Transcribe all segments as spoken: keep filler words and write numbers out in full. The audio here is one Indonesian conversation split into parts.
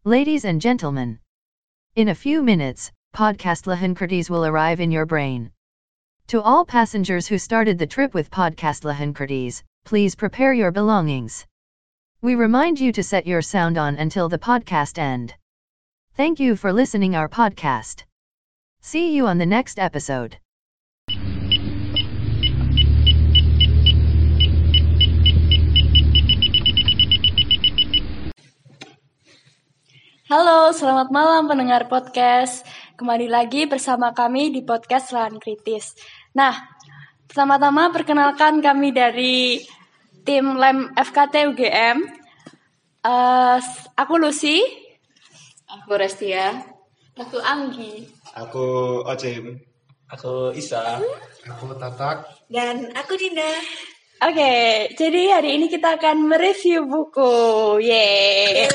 Ladies and gentlemen, in a few minutes, Podcast Lahankritis will arrive in your brain. To all passengers who started the trip with Podcast Lahankritis, please prepare your belongings. We remind you to set your sound on until the podcast end. Thank you for listening our podcast. See you on the next episode. Halo, selamat malam pendengar podcast. Kembali lagi bersama kami di podcast Lahankritis. Nah, pertama-tama perkenalkan kami dari tim Lem F K T U G M. Uh, aku Lucy. Aku Restia. Aku Anggi. Aku Ocim. Aku Isa. Aku Tatak. Dan aku Dinda. Oke, okay, jadi hari ini kita akan mereview buku. Yeay.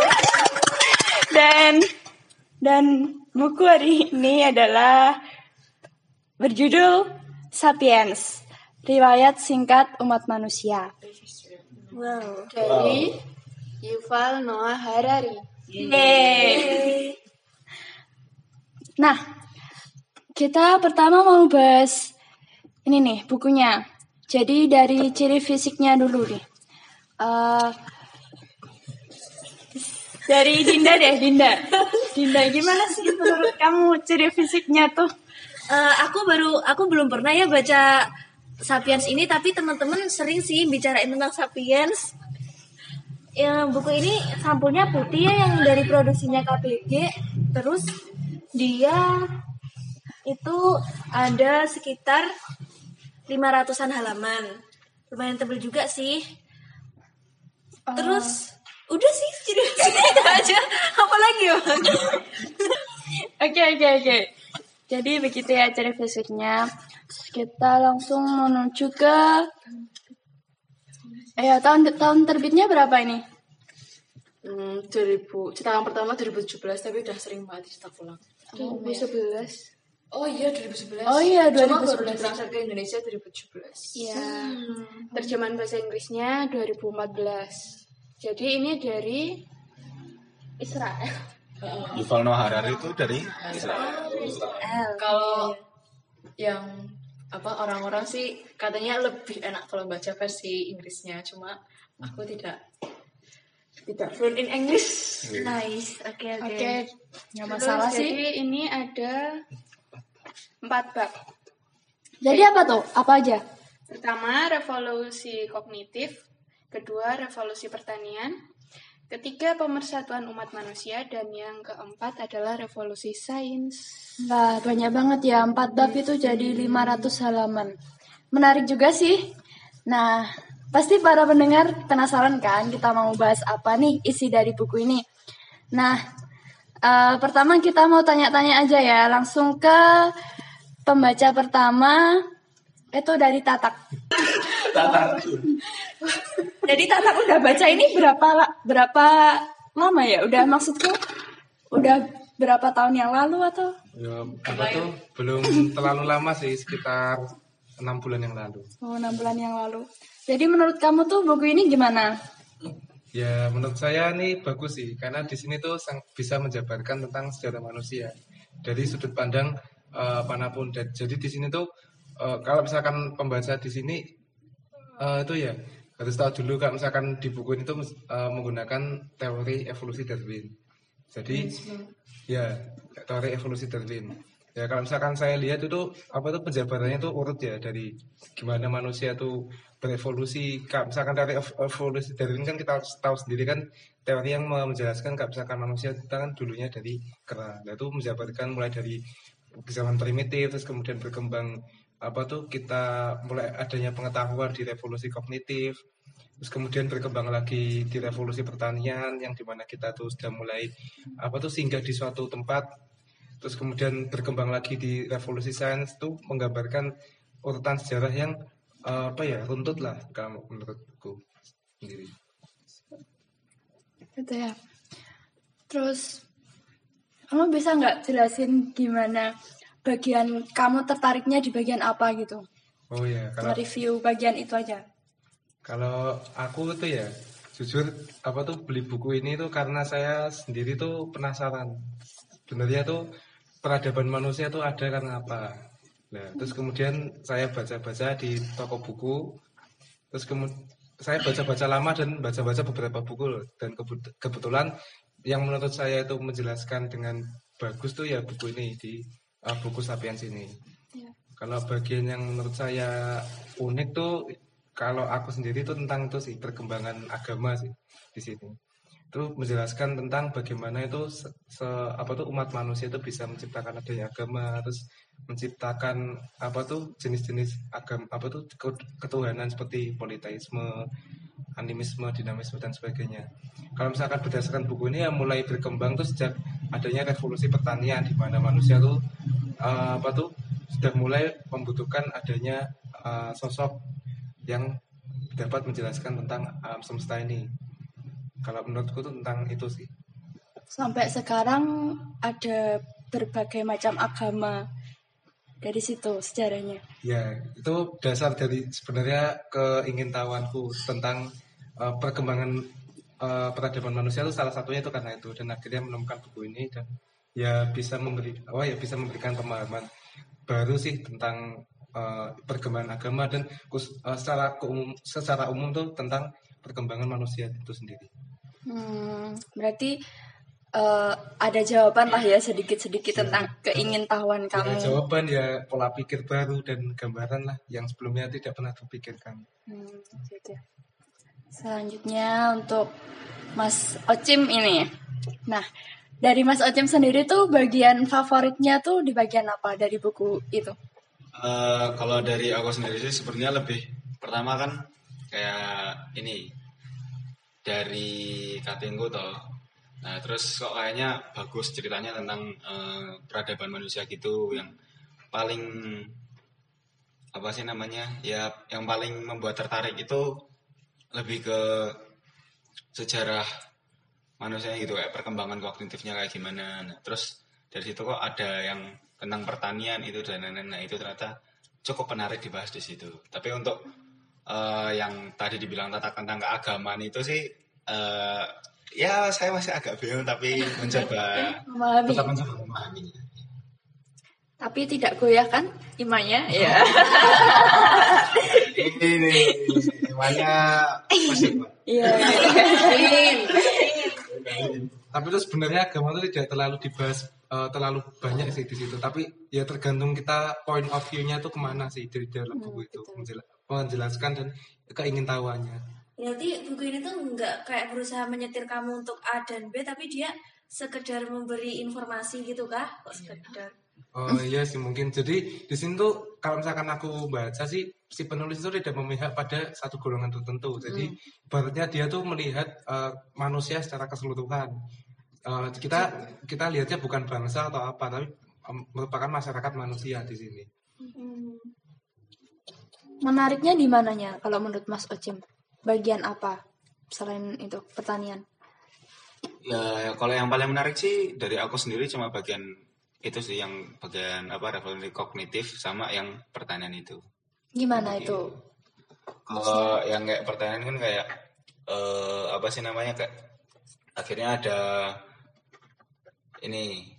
Dan dan buku hari ini adalah berjudul Sapiens, Riwayat Singkat Umat Manusia. Wow. Dari Yuval Noah Harari. Yeay. Nah, kita pertama mau bahas ini nih bukunya. Jadi dari ciri fisiknya dulu nih. Uh, Dari Dinda deh, Dinda. Dinda, gimana sih menurut kamu ciri fisiknya tuh? Uh, aku baru, aku belum pernah ya baca Sapiens ini, tapi teman-teman sering sih bicarain tentang Sapiens. Ya, buku ini sampulnya putih ya, yang dari produksinya K P G. Terus dia itu ada sekitar lima ratusan halaman. Lumayan tebel juga sih. Terus udah sih, jadi itu aja. Apa lagi ya? Oke oke oke. Jadi begitu ya ciri fisiknya. Terus kita langsung menuju ke eh tahun tahun terbitnya berapa ini? Hmm, dua ribu cetakan pertama dua ribu tujuh belas, tapi udah sering banget dicetak ulang. dua ribu sebelas. Oh iya dua ribu sebelas. Oh iya dua ribu Cuma baru sebelas. ditransfer ke Indonesia dua ribu tujuh belas. Iya. Hmm. Terjemahan bahasa Inggrisnya dua ribu empat belas. Jadi ini dari Israel. Yuval Noah Harari itu dari Israel. Kalau yang apa orang-orang sih katanya lebih enak kalau baca versi Inggrisnya, cuma aku tidak tidak fluent in English. Nice, oke okay, oke. Oke, nggak masalah Terus, sih. Jadi ini ada empat bab. Jadi apa tuh? Apa aja? Pertama, revolusi kognitif. Kedua, revolusi pertanian. Ketiga, pemersatuan umat manusia. Dan yang keempat adalah revolusi sains. Wah, banyak banget ya. Empat bab itu jadi lima ratus halaman. Menarik juga sih. Nah, pasti para pendengar penasaran kan kita mau bahas apa nih isi dari buku ini. Nah, uh, pertama kita mau tanya-tanya aja ya. Langsung ke pembaca pertama. Itu dari Tatak. Tatak. Jadi Tatak udah baca ini berapa berapa lama ya? Udah maksudku udah berapa tahun yang lalu atau? Ya, apa tuh belum terlalu lama sih, sekitar enam bulan yang lalu. Oh, enam bulan yang lalu. Jadi menurut kamu tuh buku ini gimana? Ya, menurut saya nih bagus sih, karena di sini tuh sang, bisa menjabarkan tentang sejarah manusia dari sudut pandang uh, manapun. Dan jadi di sini tuh uh, kalau misalkan pembaca di sini uh, itu ya harus tahu dulu kalau misalkan di buku ini tuh uh, menggunakan teori evolusi Darwin. Jadi ya teori evolusi Darwin. Ya kalau misalkan saya lihat itu apa tuh penjabarannya tuh urut ya dari gimana manusia tuh berevolusi. Kalau misalkan teori evolusi Darwin kan kita tahu sendiri kan teori yang menjelaskan kalau misalkan manusia kita kan dulunya dari kera. Nah itu menjabarkan mulai dari zaman primitif terus kemudian berkembang apa tuh kita mulai adanya pengetahuan di revolusi kognitif, terus kemudian berkembang lagi di revolusi pertanian yang dimana kita tuh sudah mulai apa tuh singgah di suatu tempat, terus kemudian berkembang lagi di revolusi sains tuh menggambarkan urutan sejarah yang uh, apa ya runtut lah kalau menurutku sendiri. Gitu ya. Terus kamu bisa nggak jelasin gimana bagian kamu tertariknya di bagian apa gitu? Oh ya, kalau review bagian itu aja. Kalau aku itu ya jujur apa tuh beli buku ini tuh karena saya sendiri tuh penasaran. Sebenarnya tuh peradaban manusia tuh ada karena apa? Nah, terus kemudian saya baca-baca di toko buku, terus kemudian saya baca-baca lama dan baca-baca beberapa buku loh. Dan kebetulan yang menurut saya itu menjelaskan dengan bagus tuh ya buku ini di uh, buku Sapiens ini. Ya. Kalau bagian yang menurut saya unik tuh kalau aku sendiri itu tentang itu sih perkembangan agama sih di sini. Itu menjelaskan tentang bagaimana itu se, se, apa tuh umat manusia itu bisa menciptakan adanya agama, terus menciptakan apa tuh jenis-jenis agama apa tuh ketuhanan seperti politeisme, animisme, dinamisme dan sebagainya. Kalau misalkan berdasarkan buku ini yang mulai berkembang tuh sejak adanya revolusi pertanian di mana manusia tuh uh, apa tuh sudah mulai membutuhkan adanya uh, sosok yang dapat menjelaskan tentang alam semesta ini. Kalau menurutku tuh tentang itu sih. Sampai sekarang ada berbagai macam agama dari situ sejarahnya. Ya, itu dasar dari sebenarnya keingintahuanku tentang uh, perkembangan uh, peradaban manusia itu salah satunya itu karena itu dan akhirnya menemukan buku ini dan ya bisa memberi, oh ya bisa memberikan pemahaman baru sih tentang uh, perkembangan agama dan uh, secara umum, secara umum tuh tentang perkembangan manusia itu sendiri. Hmm, berarti uh, ada jawaban lah ya sedikit-sedikit ya, tentang keingintahuan kamu. Ya, jawaban ya pola pikir baru dan gambaran lah yang sebelumnya tidak pernah terpikirkan. Hmm, gitu. Selanjutnya untuk Mas Ocim ini. Nah, dari Mas Ocim sendiri tuh bagian favoritnya tuh di bagian apa dari buku itu? Uh, kalau dari aku sendiri sih sebenarnya lebih pertama kan kayak ini dari Katinggu toh. Nah terus kok kayaknya bagus ceritanya tentang uh, peradaban manusia gitu yang paling apa sih namanya ya yang paling membuat tertarik itu lebih ke sejarah manusia gitu kayak perkembangan kognitifnya kayak gimana. Nah terus dari situ kok ada yang tentang pertanian itu dan lain-lain. Nah itu ternyata cukup menarik dibahas di situ. Tapi untuk Uh, yang tadi dibilang tentang keagamaan itu sih uh, ya saya masih agak bingung tapi mencoba memahami. Tetap mencoba memahami. Tapi tidak goyah kan imannya ya. Ini imannya masih. Iya. Tapi itu sebenarnya agama itu tidak terlalu dibahas uh, terlalu banyak sih di situ. Tapi ya tergantung kita point of view-nya tuh kemana sih dari dalam buku hmm, itu. Menjelaskan menjelaskan dan keingintahuannya. Berarti buku ini tuh nggak kayak berusaha menyetir kamu untuk A dan B, tapi dia sekedar memberi informasi gitu kah? Kok sekedar? Oh iya sih mungkin. Jadi di sini tuh kalau misalkan aku baca sih si penulis itu tidak memihak pada satu golongan tertentu. Jadi hmm. ibaratnya dia tuh melihat uh, manusia secara keseluruhan. Uh, kita kita lihatnya bukan bangsa atau apa, tapi um, merupakan masyarakat manusia di sini. Hmm. Menariknya di mananya kalau menurut Mas Ocim? Bagian apa selain itu pertanian? Ya, kalau yang paling menarik sih dari aku sendiri cuma bagian itu sih yang bagian apa revolusi kognitif sama yang pertanian itu. Gimana Jadi, itu? Kalau yang kayak pertanian kan kayak eh, apa sih namanya kayak akhirnya ada ini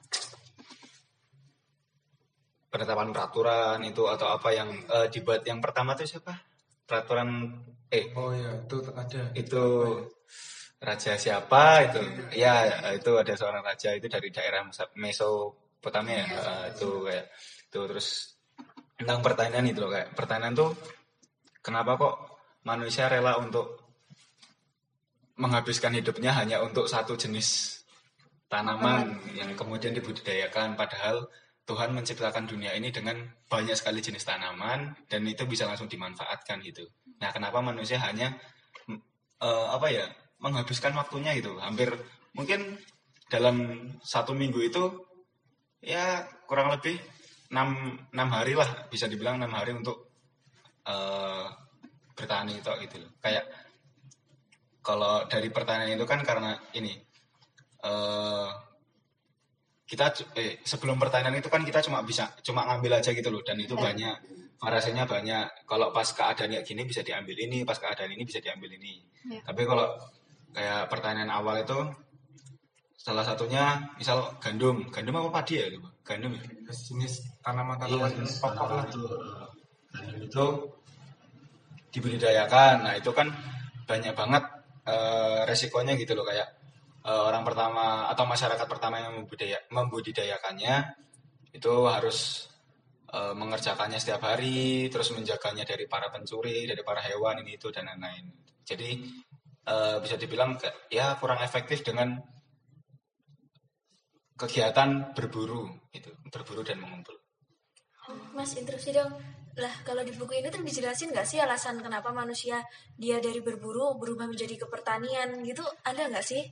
penetapan peraturan itu atau apa yang uh, dibuat yang pertama tuh siapa? Peraturan eh oh ya itu ada itu raja siapa itu? Ya itu ada seorang raja itu dari daerah Mesopotamia ya. Uh, itu kayak itu terus tentang pertanian itu loh kayak pertanian tuh kenapa kok manusia rela untuk menghabiskan hidupnya hanya untuk satu jenis tanaman yang kemudian dibudidayakan padahal Tuhan menciptakan dunia ini dengan banyak sekali jenis tanaman dan itu bisa langsung dimanfaatkan gitu. Nah, kenapa manusia hanya uh, apa ya menghabiskan waktunya itu hampir mungkin dalam satu minggu itu ya kurang lebih enam enam hari lah bisa dibilang enam hari untuk uh, bertani itu gitu loh. Kayak kalau dari pertanian itu kan karena ini uh, kita eh, sebelum pertanian itu kan kita cuma bisa cuma ngambil aja gitu loh, dan itu banyak variasinya banyak. Kalau pas keadaan kayak gini bisa diambil ini, pas keadaan ini bisa diambil ini. Ya. Tapi kalau kayak pertanian awal itu salah satunya misal gandum, gandum apa padi ya itu? Gandum ya. Jenis tanaman-tanaman iya, pokok lah. Itu, gandum itu dibudidayakan. Nah itu kan banyak banget uh, resikonya gitu loh, kayak uh, orang pertama atau masyarakat pertama yang membudidaya, membudidayakannya itu harus uh, mengerjakannya setiap hari, terus menjaganya dari para pencuri, dari para hewan ini itu dan lain-lain. Jadi uh, bisa dibilang ya kurang efektif dengan kegiatan berburu gitu, berburu dan mengumpul. Mas, interupsi dong. Lah, kalau di buku ini tuh dijelasin nggak sih alasan kenapa manusia dia dari berburu berubah menjadi ke pertanian gitu? Ada nggak sih?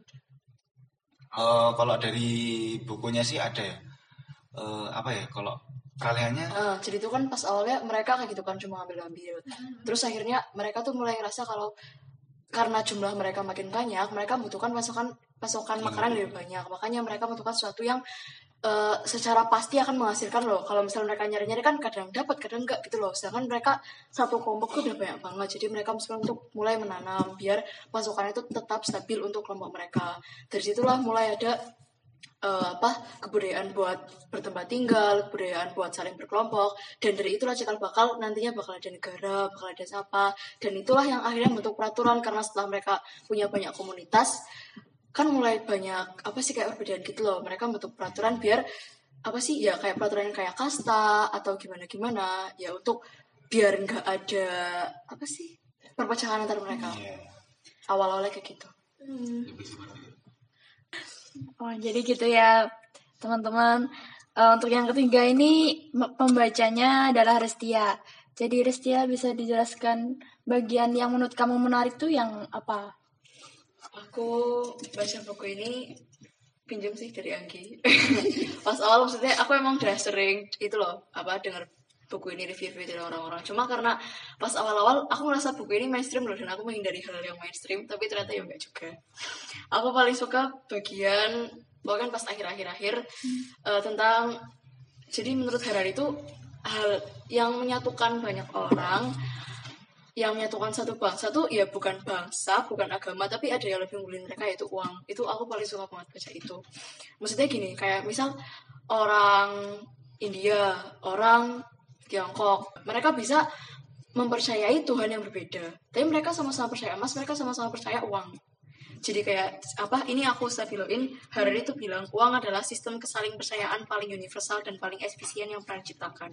Uh, kalau dari bukunya sih ada ya. Uh, apa ya? Kalau kaliannya? Uh, jadi itu kan pas awalnya mereka kayak gitu kan cuma ambil-ambil. Hmm. Terus akhirnya mereka tuh mulai ngerasa kalau karena jumlah mereka makin banyak, mereka membutuhkan pasokan pasokan hmm. makanan lebih banyak. Makanya mereka membutuhkan sesuatu yang Uh, secara pasti akan menghasilkan loh. Kalau misalnya mereka nyari-nyari kan kadang dapat, kadang enggak gitu loh. Sedangkan mereka satu kelompok tuh udah banyak banget. Jadi mereka mesti untuk mulai menanam biar pasokannya itu tetap stabil untuk kelompok mereka. Dari situlah mulai ada uh, apa kebudayaan buat bertempat tinggal, kebudayaan buat saling berkelompok. Dan dari itulah cikal bakal nantinya bakal ada negara, bakal ada siapa. Dan itulah yang akhirnya bentuk peraturan, karena setelah mereka punya banyak komunitas kan mulai banyak apa sih kayak perbedaan gitu loh. Mereka bentuk peraturan biar apa sih ya kayak peraturan kayak kasta atau gimana gimana ya, untuk biar nggak ada apa sih perpecahan antar mereka. Yeah. Awal-awalnya kayak gitu. Hmm. Oh jadi gitu ya teman-teman. Uh, untuk yang ketiga ini pembacanya adalah Restia. Jadi Restia bisa dijelaskan bagian yang menurut kamu menarik tuh yang apa? Aku baca buku ini pinjam sih dari Anggi. Pas awal maksudnya aku emang udah sering itu loh apa dengar buku ini review-review dari orang-orang. Cuma karena pas awal-awal aku ngerasa buku ini mainstream loh, dan aku menghindari hal yang mainstream, tapi ternyata ya enggak juga. Aku paling suka bagian bahkan pas akhir-akhir-akhir hmm. uh, tentang jadi menurut Harari itu hal yang menyatukan banyak orang, yang menyatukan satu bangsa tuh ya bukan bangsa, bukan agama, tapi ada yang lebih mulia mereka, yaitu uang. Itu aku paling suka banget baca itu. Maksudnya gini, kayak misal orang India, orang Tiongkok, mereka bisa mempercayai Tuhan yang berbeda, tapi mereka sama-sama percaya emas, mereka sama-sama percaya uang. Jadi kayak apa, ini aku stabiloin, Harari itu bilang uang adalah sistem kesaling percayaan paling universal dan paling efisien yang pernah diciptakan.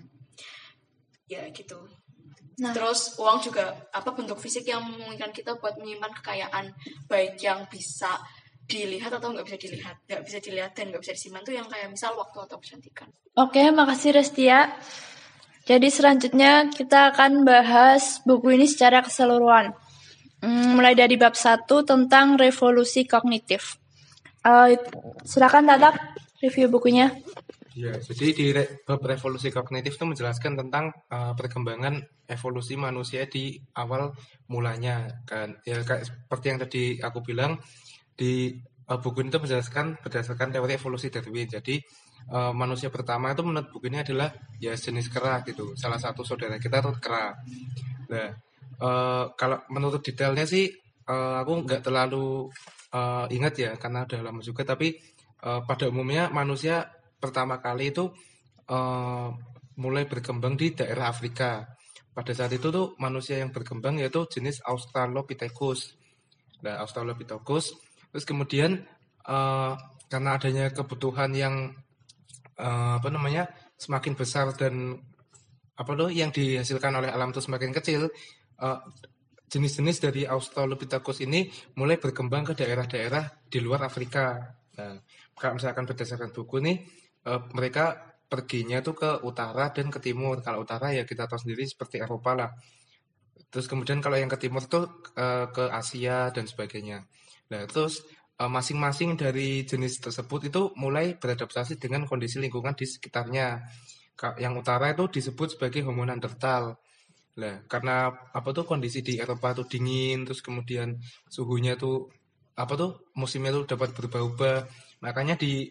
Ya gitu. Nah. Terus uang juga apa bentuk fisik yang memungkinkan kita buat menyimpan kekayaan, baik yang bisa dilihat atau nggak bisa dilihat, nggak bisa dilihat dan nggak bisa disimpan tuh yang kayak misal waktu atau kecantikan. Oke, makasih Restia. Jadi selanjutnya kita akan bahas buku ini secara keseluruhan, hmm, mulai dari bab satu tentang revolusi kognitif. Uh, silakan Tatap review bukunya. Ya, jadi di re- bab revolusi kognitif itu menjelaskan tentang uh, perkembangan evolusi manusia di awal mulanya kan. Ya kayak seperti yang tadi aku bilang di uh, buku ini itu menjelaskan berdasarkan teori evolusi Darwin. Jadi uh, manusia pertama itu menurut buku ini adalah ya jenis kera gitu. Salah satu saudara kita itu kera. Nah, uh, kalau menurut detailnya sih uh, aku nggak terlalu uh, ingat ya karena udah lama juga. Tapi uh, pada umumnya manusia pertama kali itu uh, mulai berkembang di daerah Afrika. Pada saat itu tuh manusia yang berkembang yaitu jenis Australopithecus. Nah, Australopithecus. Terus kemudian uh, karena adanya kebutuhan yang uh, apa namanya semakin besar dan apa tuh yang dihasilkan oleh alam itu semakin kecil, uh, jenis-jenis dari Australopithecus ini mulai berkembang ke daerah-daerah di luar Afrika. Nah, kalau misalkan berdasarkan buku nih, Uh, mereka perginya tuh ke utara dan ke timur. Kalau utara ya kita tahu sendiri seperti Eropa lah. Terus kemudian kalau yang ke timur tuh uh, ke Asia dan sebagainya. Nah terus uh, masing-masing dari jenis tersebut itu mulai beradaptasi dengan kondisi lingkungan di sekitarnya. Yang utara itu disebut sebagai Homo Neanderthal. Nah karena apa tuh kondisi di Eropa tuh dingin, terus kemudian suhunya tuh apa tuh musimnya tuh dapat berubah-ubah. Makanya di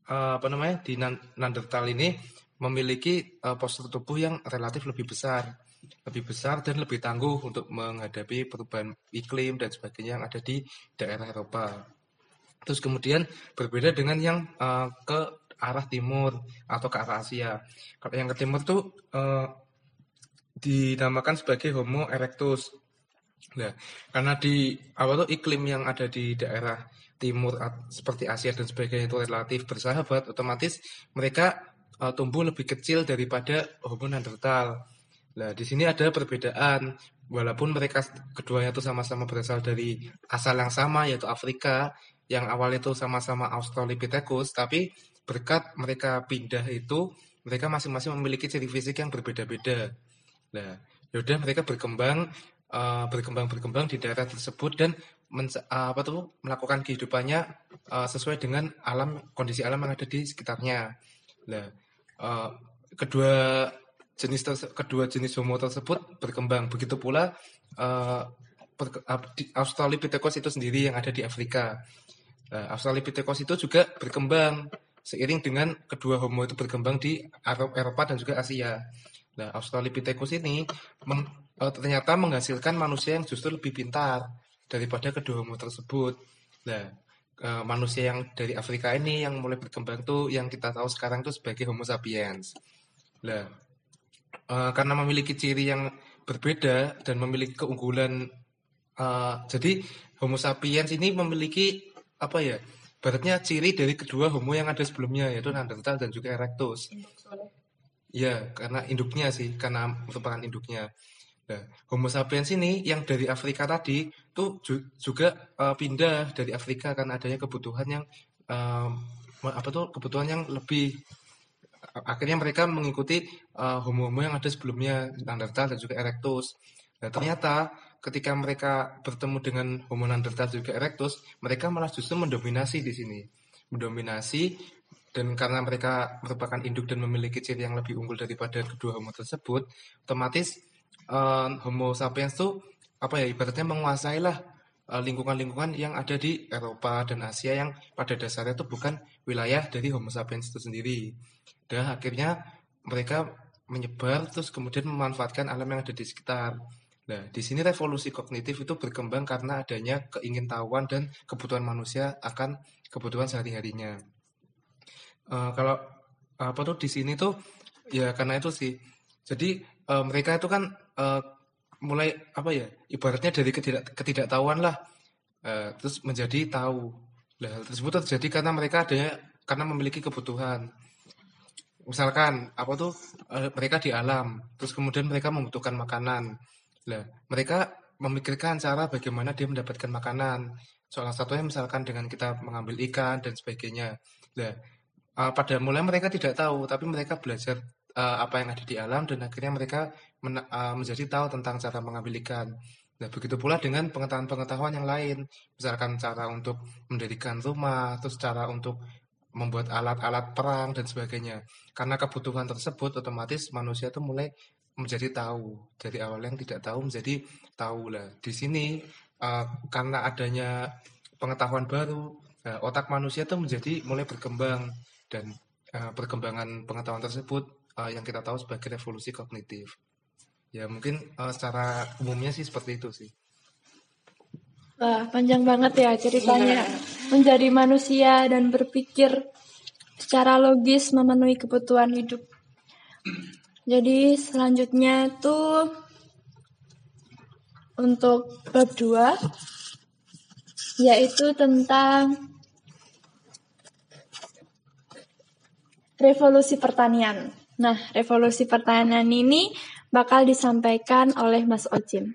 uh, apa namanya di Neanderthal ini memiliki uh, postur tubuh yang relatif lebih besar, lebih besar dan lebih tangguh untuk menghadapi perubahan iklim dan sebagainya yang ada di daerah Eropa. Terus kemudian berbeda dengan yang uh, ke arah timur atau ke arah Asia. Kalau yang ke timur tuh uh, dinamakan sebagai Homo erectus. Nah, karena di apa tuh iklim yang ada di daerah timur seperti Asia dan sebagainya itu relatif bersahabat, otomatis mereka uh, tumbuh lebih kecil daripada Homo neanderthal. Nah, di sini ada perbedaan. Walaupun mereka keduanya itu sama-sama berasal dari asal yang sama yaitu Afrika, yang awalnya itu sama-sama Australopithecus, tapi berkat mereka pindah itu mereka masing-masing memiliki ciri fisik yang berbeda-beda. Nah, yaudah mereka berkembang uh, berkembang berkembang di daerah tersebut dan men, uh, apa tuh melakukan kehidupannya uh, sesuai dengan alam kondisi alam yang ada di sekitarnya. Nah, uh, kedua jenis terse- kedua jenis homo tersebut berkembang. Begitu pula uh, per- uh, di Australopithecus itu sendiri yang ada di Afrika. Nah, Australopithecus itu juga berkembang seiring dengan kedua homo itu berkembang di Eropa dan juga Asia. Nah, Australopithecus ini meng, uh, ternyata menghasilkan manusia yang justru lebih pintar daripada kedua homo tersebut. Nah, uh, manusia yang dari Afrika ini yang mulai berkembang tuh yang kita tahu sekarang tuh sebagai Homo sapiens. Nah, uh, karena memiliki ciri yang berbeda dan memiliki keunggulan, uh, jadi Homo sapiens ini memiliki apa ya? Baratnya ciri dari kedua homo yang ada sebelumnya yaitu Neanderthal dan juga Erectus. Ya, karena induknya sih, karena merupakan induknya. Nah, Homo sapiens ini yang dari Afrika tadi tuh ju- juga uh, pindah dari Afrika karena adanya kebutuhan yang um, apa tuh kebutuhan yang lebih. Akhirnya mereka mengikuti uh, homo-homo yang ada sebelumnya, Neanderthal dan juga Erectus. Nah, ternyata ketika mereka bertemu dengan Homo Neanderthal dan juga Erectus, mereka malah justru mendominasi di sini. Mendominasi, dan karena mereka merupakan induk dan memiliki ciri yang lebih unggul daripada kedua homo tersebut, otomatis uh, Homo sapiens itu apa ya ibaratnya menguasai lah uh, lingkungan-lingkungan yang ada di Eropa dan Asia yang pada dasarnya itu bukan wilayah dari Homo sapiens itu sendiri. Dan akhirnya mereka menyebar terus kemudian memanfaatkan alam yang ada di sekitar. Nah, di sini revolusi kognitif itu berkembang karena adanya keingintahuan dan kebutuhan manusia akan kebutuhan sehari-harinya. Uh, kalau apa tuh di sini tuh ya karena itu sih. Jadi uh, mereka itu kan uh, mulai apa ya ibaratnya dari ketidak, ketidaktahuan lah uh, terus menjadi tahu. Nah, hal tersebut terjadi karena mereka adanya karena memiliki kebutuhan. Misalkan apa tuh uh, mereka di alam, terus kemudian mereka membutuhkan makanan. Nah, mereka memikirkan cara bagaimana dia mendapatkan makanan. Salah satunya misalkan dengan kita mengambil ikan dan sebagainya. Nah, uh, pada mulai mereka tidak tahu, tapi mereka belajar uh, apa yang ada di alam dan akhirnya mereka men- uh, menjadi tahu tentang cara mengambil ikan. Nah, begitu pula dengan pengetahuan-pengetahuan yang lain, misalkan cara untuk mendirikan rumah, terus cara untuk membuat alat-alat perang dan sebagainya. Karena kebutuhan tersebut, otomatis manusia itu mulai menjadi tahu. Dari awal yang tidak tahu menjadi tahu lah. Di sini uh, karena adanya pengetahuan baru, uh, otak manusia itu menjadi mulai berkembang dan uh, perkembangan pengetahuan tersebut uh, yang kita tahu sebagai revolusi kognitif. Ya mungkin uh, secara umumnya sih seperti itu sih. Wah, panjang banget ya ceritanya. Menjadi manusia dan berpikir secara logis memenuhi kebutuhan hidup. Jadi selanjutnya tuh untuk bab dua yaitu tentang revolusi pertanian. Nah, revolusi pertanian ini bakal disampaikan oleh Mas Ocim.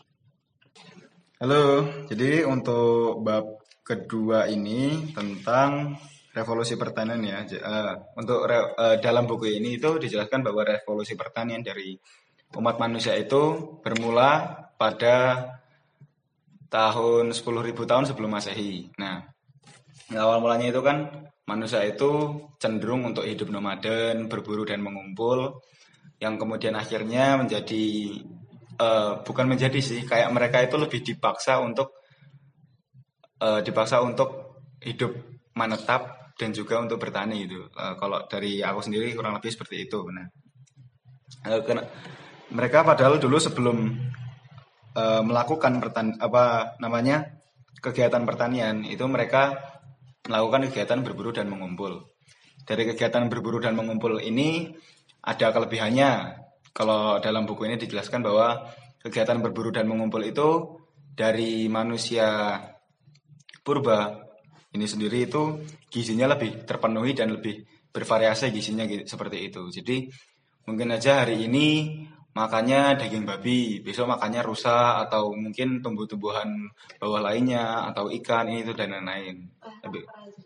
Halo, jadi untuk bab kedua ini tentang revolusi pertanian ya. J- eh, untuk re- eh, dalam buku ini itu dijelaskan bahwa revolusi pertanian dari umat manusia itu bermula pada tahun sepuluh ribu tahun sebelum Masehi. Nah, awal mulanya itu kan manusia itu cenderung untuk hidup nomaden, berburu dan mengumpul, yang kemudian akhirnya menjadi eh, bukan menjadi sih, kayak mereka itu lebih dipaksa untuk eh, dipaksa untuk hidup menetap dan juga untuk bertani itu. Uh, kalau dari aku sendiri kurang lebih seperti itu. Nah, uh, kena, mereka padahal dulu sebelum uh, melakukan pertan apa namanya kegiatan pertanian itu mereka melakukan kegiatan berburu dan mengumpul. Dari kegiatan berburu dan mengumpul ini ada kelebihannya. Kalau dalam buku ini dijelaskan bahwa kegiatan berburu dan mengumpul itu dari manusia purba ini sendiri itu gizinya lebih terpenuhi dan lebih bervariasi gizinya gitu, seperti itu. Jadi mungkin aja hari ini makannya daging babi, besok makannya rusa atau mungkin tumbuh-tumbuhan bawah lainnya atau ikan ini itu dan lain-lain. Tapi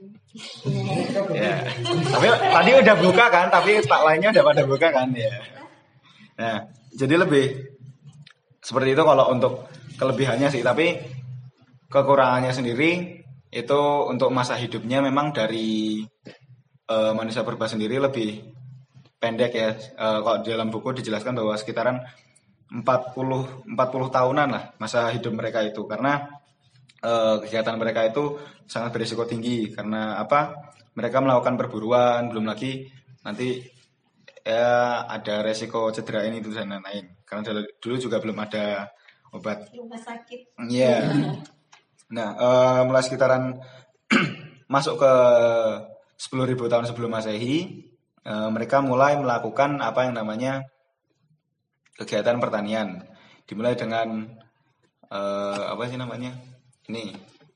ya. Tapi tadi udah buka kan, tapi tak lainnya udah pada buka kan ya. Nah, jadi lebih seperti itu kalau untuk kelebihannya sih, tapi kekurangannya sendiri itu untuk masa hidupnya memang dari uh, manusia purba sendiri lebih pendek ya. Uh, kalau di dalam buku dijelaskan bahwa sekitaran empat puluh tahunan lah masa hidup mereka itu, karena uh, kegiatan mereka itu sangat berisiko tinggi karena apa? Mereka melakukan perburuan, belum lagi nanti ya ada resiko cedera ini itu dan lain-lain. Karena dulu juga belum ada obat rumah sakit. Iya. Yeah. Nah, uh, mulai sekitaran masuk ke sepuluh ribu tahun sebelum Masehi, uh, mereka mulai melakukan apa yang namanya kegiatan pertanian. Dimulai dengan uh, apa sih namanya? Ini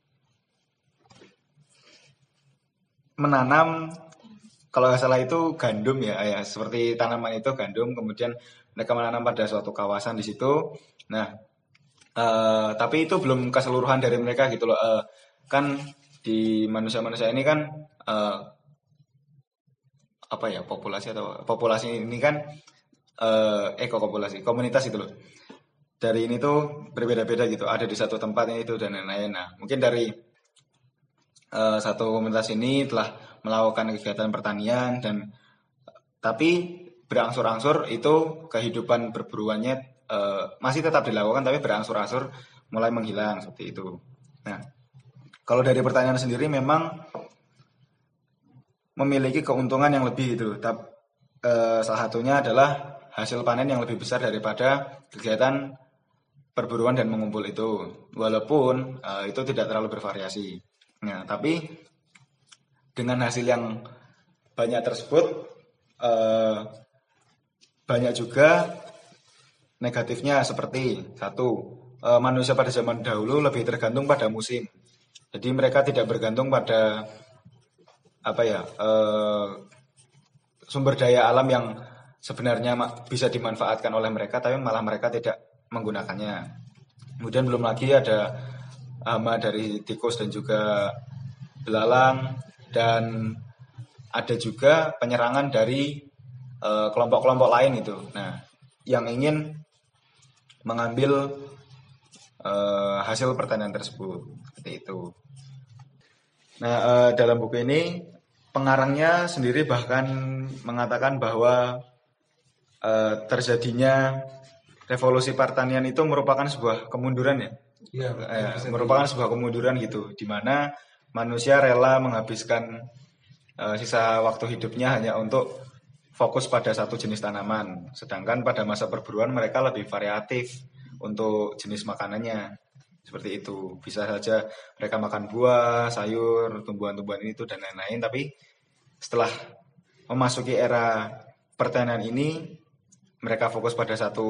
menanam, kalau nggak salah itu gandum ya, ya seperti tanaman itu gandum, kemudian mereka menanam pada suatu kawasan di situ. Nah, uh, tapi itu belum keseluruhan dari mereka gitu loh. Uh, kan di manusia-manusia ini kan uh, apa ya populasi atau populasi ini kan uh, ekopopulasi komunitas itu loh. Dari ini tuh berbeda-beda gitu. Ada di satu tempat ini itu dan lain-lain. Nah, mungkin dari uh, satu komunitas ini telah melakukan kegiatan pertanian dan tapi berangsur-angsur itu kehidupan perburuannya uh, masih tetap dilakukan tapi berangsur-angsur mulai menghilang seperti itu. Nah, kalau dari pertanian sendiri memang memiliki keuntungan yang lebih itu. Tapi uh, salah satunya adalah hasil panen yang lebih besar daripada kegiatan perburuan dan mengumpul itu. Walaupun uh, itu tidak terlalu bervariasi. Nah, tapi dengan hasil yang banyak tersebut uh, banyak juga negatifnya seperti satu, e, manusia pada zaman dahulu lebih tergantung pada musim. Jadi mereka tidak bergantung pada apa ya e, sumber daya alam yang sebenarnya bisa dimanfaatkan oleh mereka, tapi malah mereka tidak menggunakannya. Kemudian belum lagi ada hama dari tikus dan juga belalang, dan ada juga penyerangan dari kelompok-kelompok lain itu. Nah, yang ingin mengambil uh, hasil pertanian tersebut seperti itu. Nah, uh, dalam buku ini pengarangnya sendiri bahkan mengatakan bahwa uh, terjadinya revolusi pertanian itu merupakan sebuah kemunduran ya. Iya, uh, merupakan sebuah kemunduran gitu, di mana manusia rela menghabiskan uh, sisa waktu hidupnya hanya untuk fokus pada satu jenis tanaman, sedangkan pada masa perburuan mereka lebih variatif untuk jenis makanannya. Seperti itu, bisa saja mereka makan buah, sayur, tumbuhan-tumbuhan itu dan lain-lain. Tapi setelah memasuki era pertanian ini, mereka fokus pada satu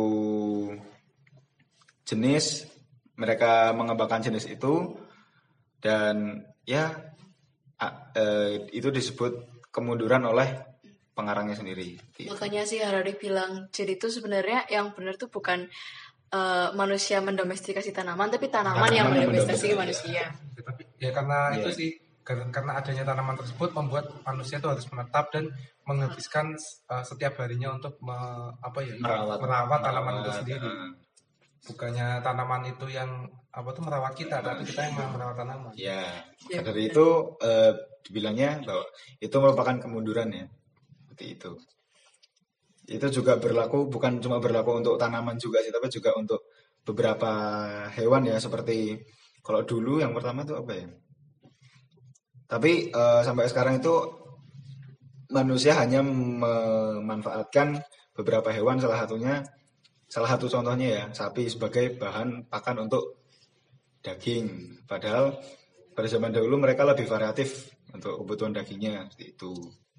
jenis, mereka mengembangkan jenis itu, dan ya eh, itu disebut kemunduran oleh pengarangnya sendiri. Makanya sih Harari bilang, jadi itu sebenarnya yang benar tuh bukan uh, manusia mendomestikasi tanaman, tapi tanaman, tanaman yang mendomestikasi manusia. Ya, tapi ya karena yeah. itu sih, karena, karena adanya tanaman tersebut membuat manusia itu harus menetap dan menghabiskan uh, setiap harinya untuk me, apa ya merawat, merawat tanaman itu sendiri. Uh. Bukannya tanaman itu yang apa tuh merawat kita, uh. tapi kita yang merawat tanaman. Ya, yeah. Dari itu uh, dibilangnya bahwa itu merupakan kemunduran ya. Itu itu juga berlaku, bukan cuma berlaku untuk tanaman juga sih, tapi juga untuk beberapa hewan ya, seperti kalau dulu yang pertama itu apa ya, Tapi uh, sampai sekarang itu manusia hanya memanfaatkan beberapa hewan, salah satunya, salah satu contohnya ya, sapi sebagai bahan pakan untuk daging. Padahal pada zaman dahulu mereka lebih variatif untuk kebutuhan dagingnya, seperti itu.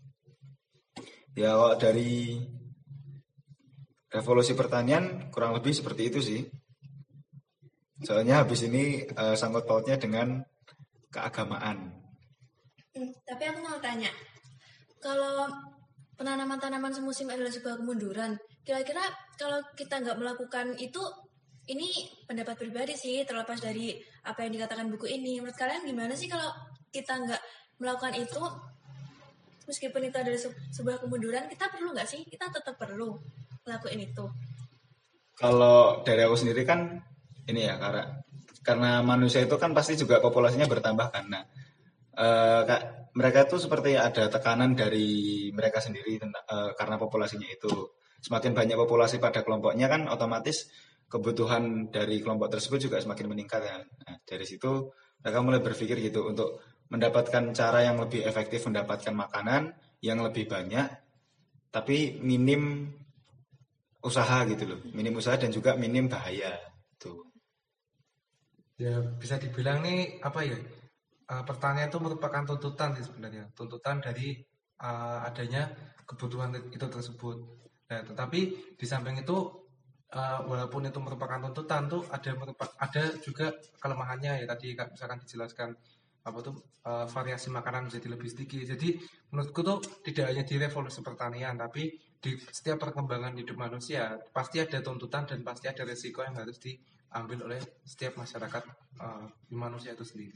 Ya kalau dari revolusi pertanian kurang lebih seperti itu sih. Soalnya habis ini uh, sangkut pautnya dengan keagamaan. Hmm, tapi aku mau tanya, kalau penanaman tanaman semusim adalah sebuah kemunduran, kira-kira kalau kita nggak melakukan itu, ini pendapat pribadi sih, terlepas dari apa yang dikatakan buku ini. Menurut kalian gimana sih kalau kita nggak melakukan itu, meskipun itu adalah sebuah kemunduran, kita perlu nggak sih? Kita tetap perlu ngelakuin itu. Kalau dari aku sendiri kan ini ya, karena karena manusia itu kan pasti juga populasinya bertambah kan. Nah, eh, mereka itu seperti ada tekanan dari mereka sendiri tentang, eh, karena populasinya itu semakin banyak populasi pada kelompoknya kan otomatis kebutuhan dari kelompok tersebut juga semakin meningkat ya. Nah, dari situ mereka mulai berpikir gitu untuk mendapatkan cara yang lebih efektif mendapatkan makanan yang lebih banyak tapi minim usaha gitu loh, minim usaha dan juga minim bahaya tuh. Ya bisa dibilang nih apa ya, uh, pertanian itu merupakan tuntutan sih sebenarnya, tuntutan dari uh, adanya kebutuhan itu tersebut. Nah tetapi di samping itu uh, walaupun itu merupakan tuntutan tuh ada ada juga kelemahannya ya, tadi misalkan dijelaskan apa tuh uh, variasi makanan menjadi lebih sedikit. Jadi menurutku tuh tidak hanya di revolusi pertanian, tapi di setiap perkembangan hidup manusia pasti ada tuntutan dan pasti ada resiko yang harus diambil oleh setiap masyarakat uh, di manusia itu sendiri.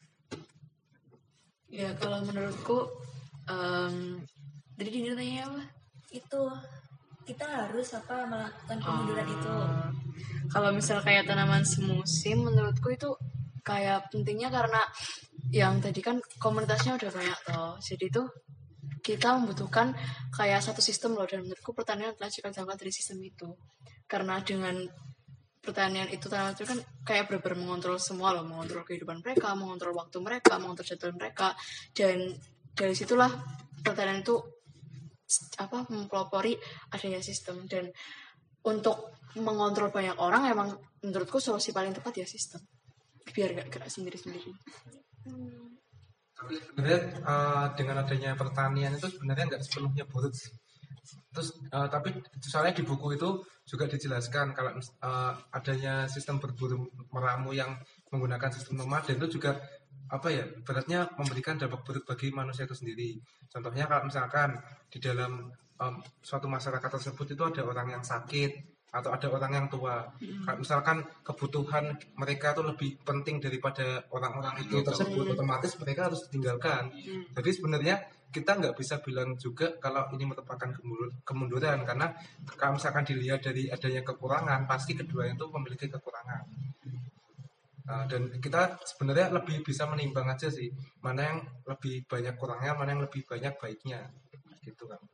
Ya kalau menurutku, um, jadi Dini tanya apa? Itu kita harus apa melakukan kemunduran uh, itu. Kalau misal kayak tanaman semusim, menurutku itu kayak pentingnya karena yang tadi kan komunitasnya udah banyak toh, jadi tuh kita membutuhkan kayak satu sistem loh, dan menurutku pertanian adalah cikal bakal dari sistem itu. Karena dengan pertanian itu tanaman itu kan kayak benar-benar mengontrol semua loh, mengontrol kehidupan mereka, mengontrol waktu mereka, mengontrol jadwal mereka, dan dari situlah pertanian itu apa mempelopori adanya sistem. Dan untuk mengontrol banyak orang emang menurutku solusi paling tepat ya sistem, biar gak gerak sendiri-sendiri. Hmm. Tapi sebenarnya uh, dengan adanya pertanian itu sebenarnya nggak sepenuhnya buruk sih. Terus uh, tapi soalnya di buku itu juga dijelaskan kalau uh, adanya sistem berburu meramu yang menggunakan sistem nomaden itu juga apa ya, beratnya memberikan dampak buruk bagi manusia itu sendiri. Contohnya kalau misalkan di dalam um, suatu masyarakat tersebut itu ada orang yang sakit atau ada orang yang tua, hmm. misalkan kebutuhan mereka itu lebih penting daripada orang-orang itu tersebut, otomatis mereka harus ditinggalkan. Hmm. Jadi sebenarnya kita nggak bisa bilang juga kalau ini merupakan kemunduran, karena kalau misalkan dilihat dari adanya kekurangan, pasti keduanya itu memiliki kekurangan. Nah, dan kita sebenarnya lebih bisa menimbang aja sih, mana yang lebih banyak kurangnya, mana yang lebih banyak baiknya, gitu kan.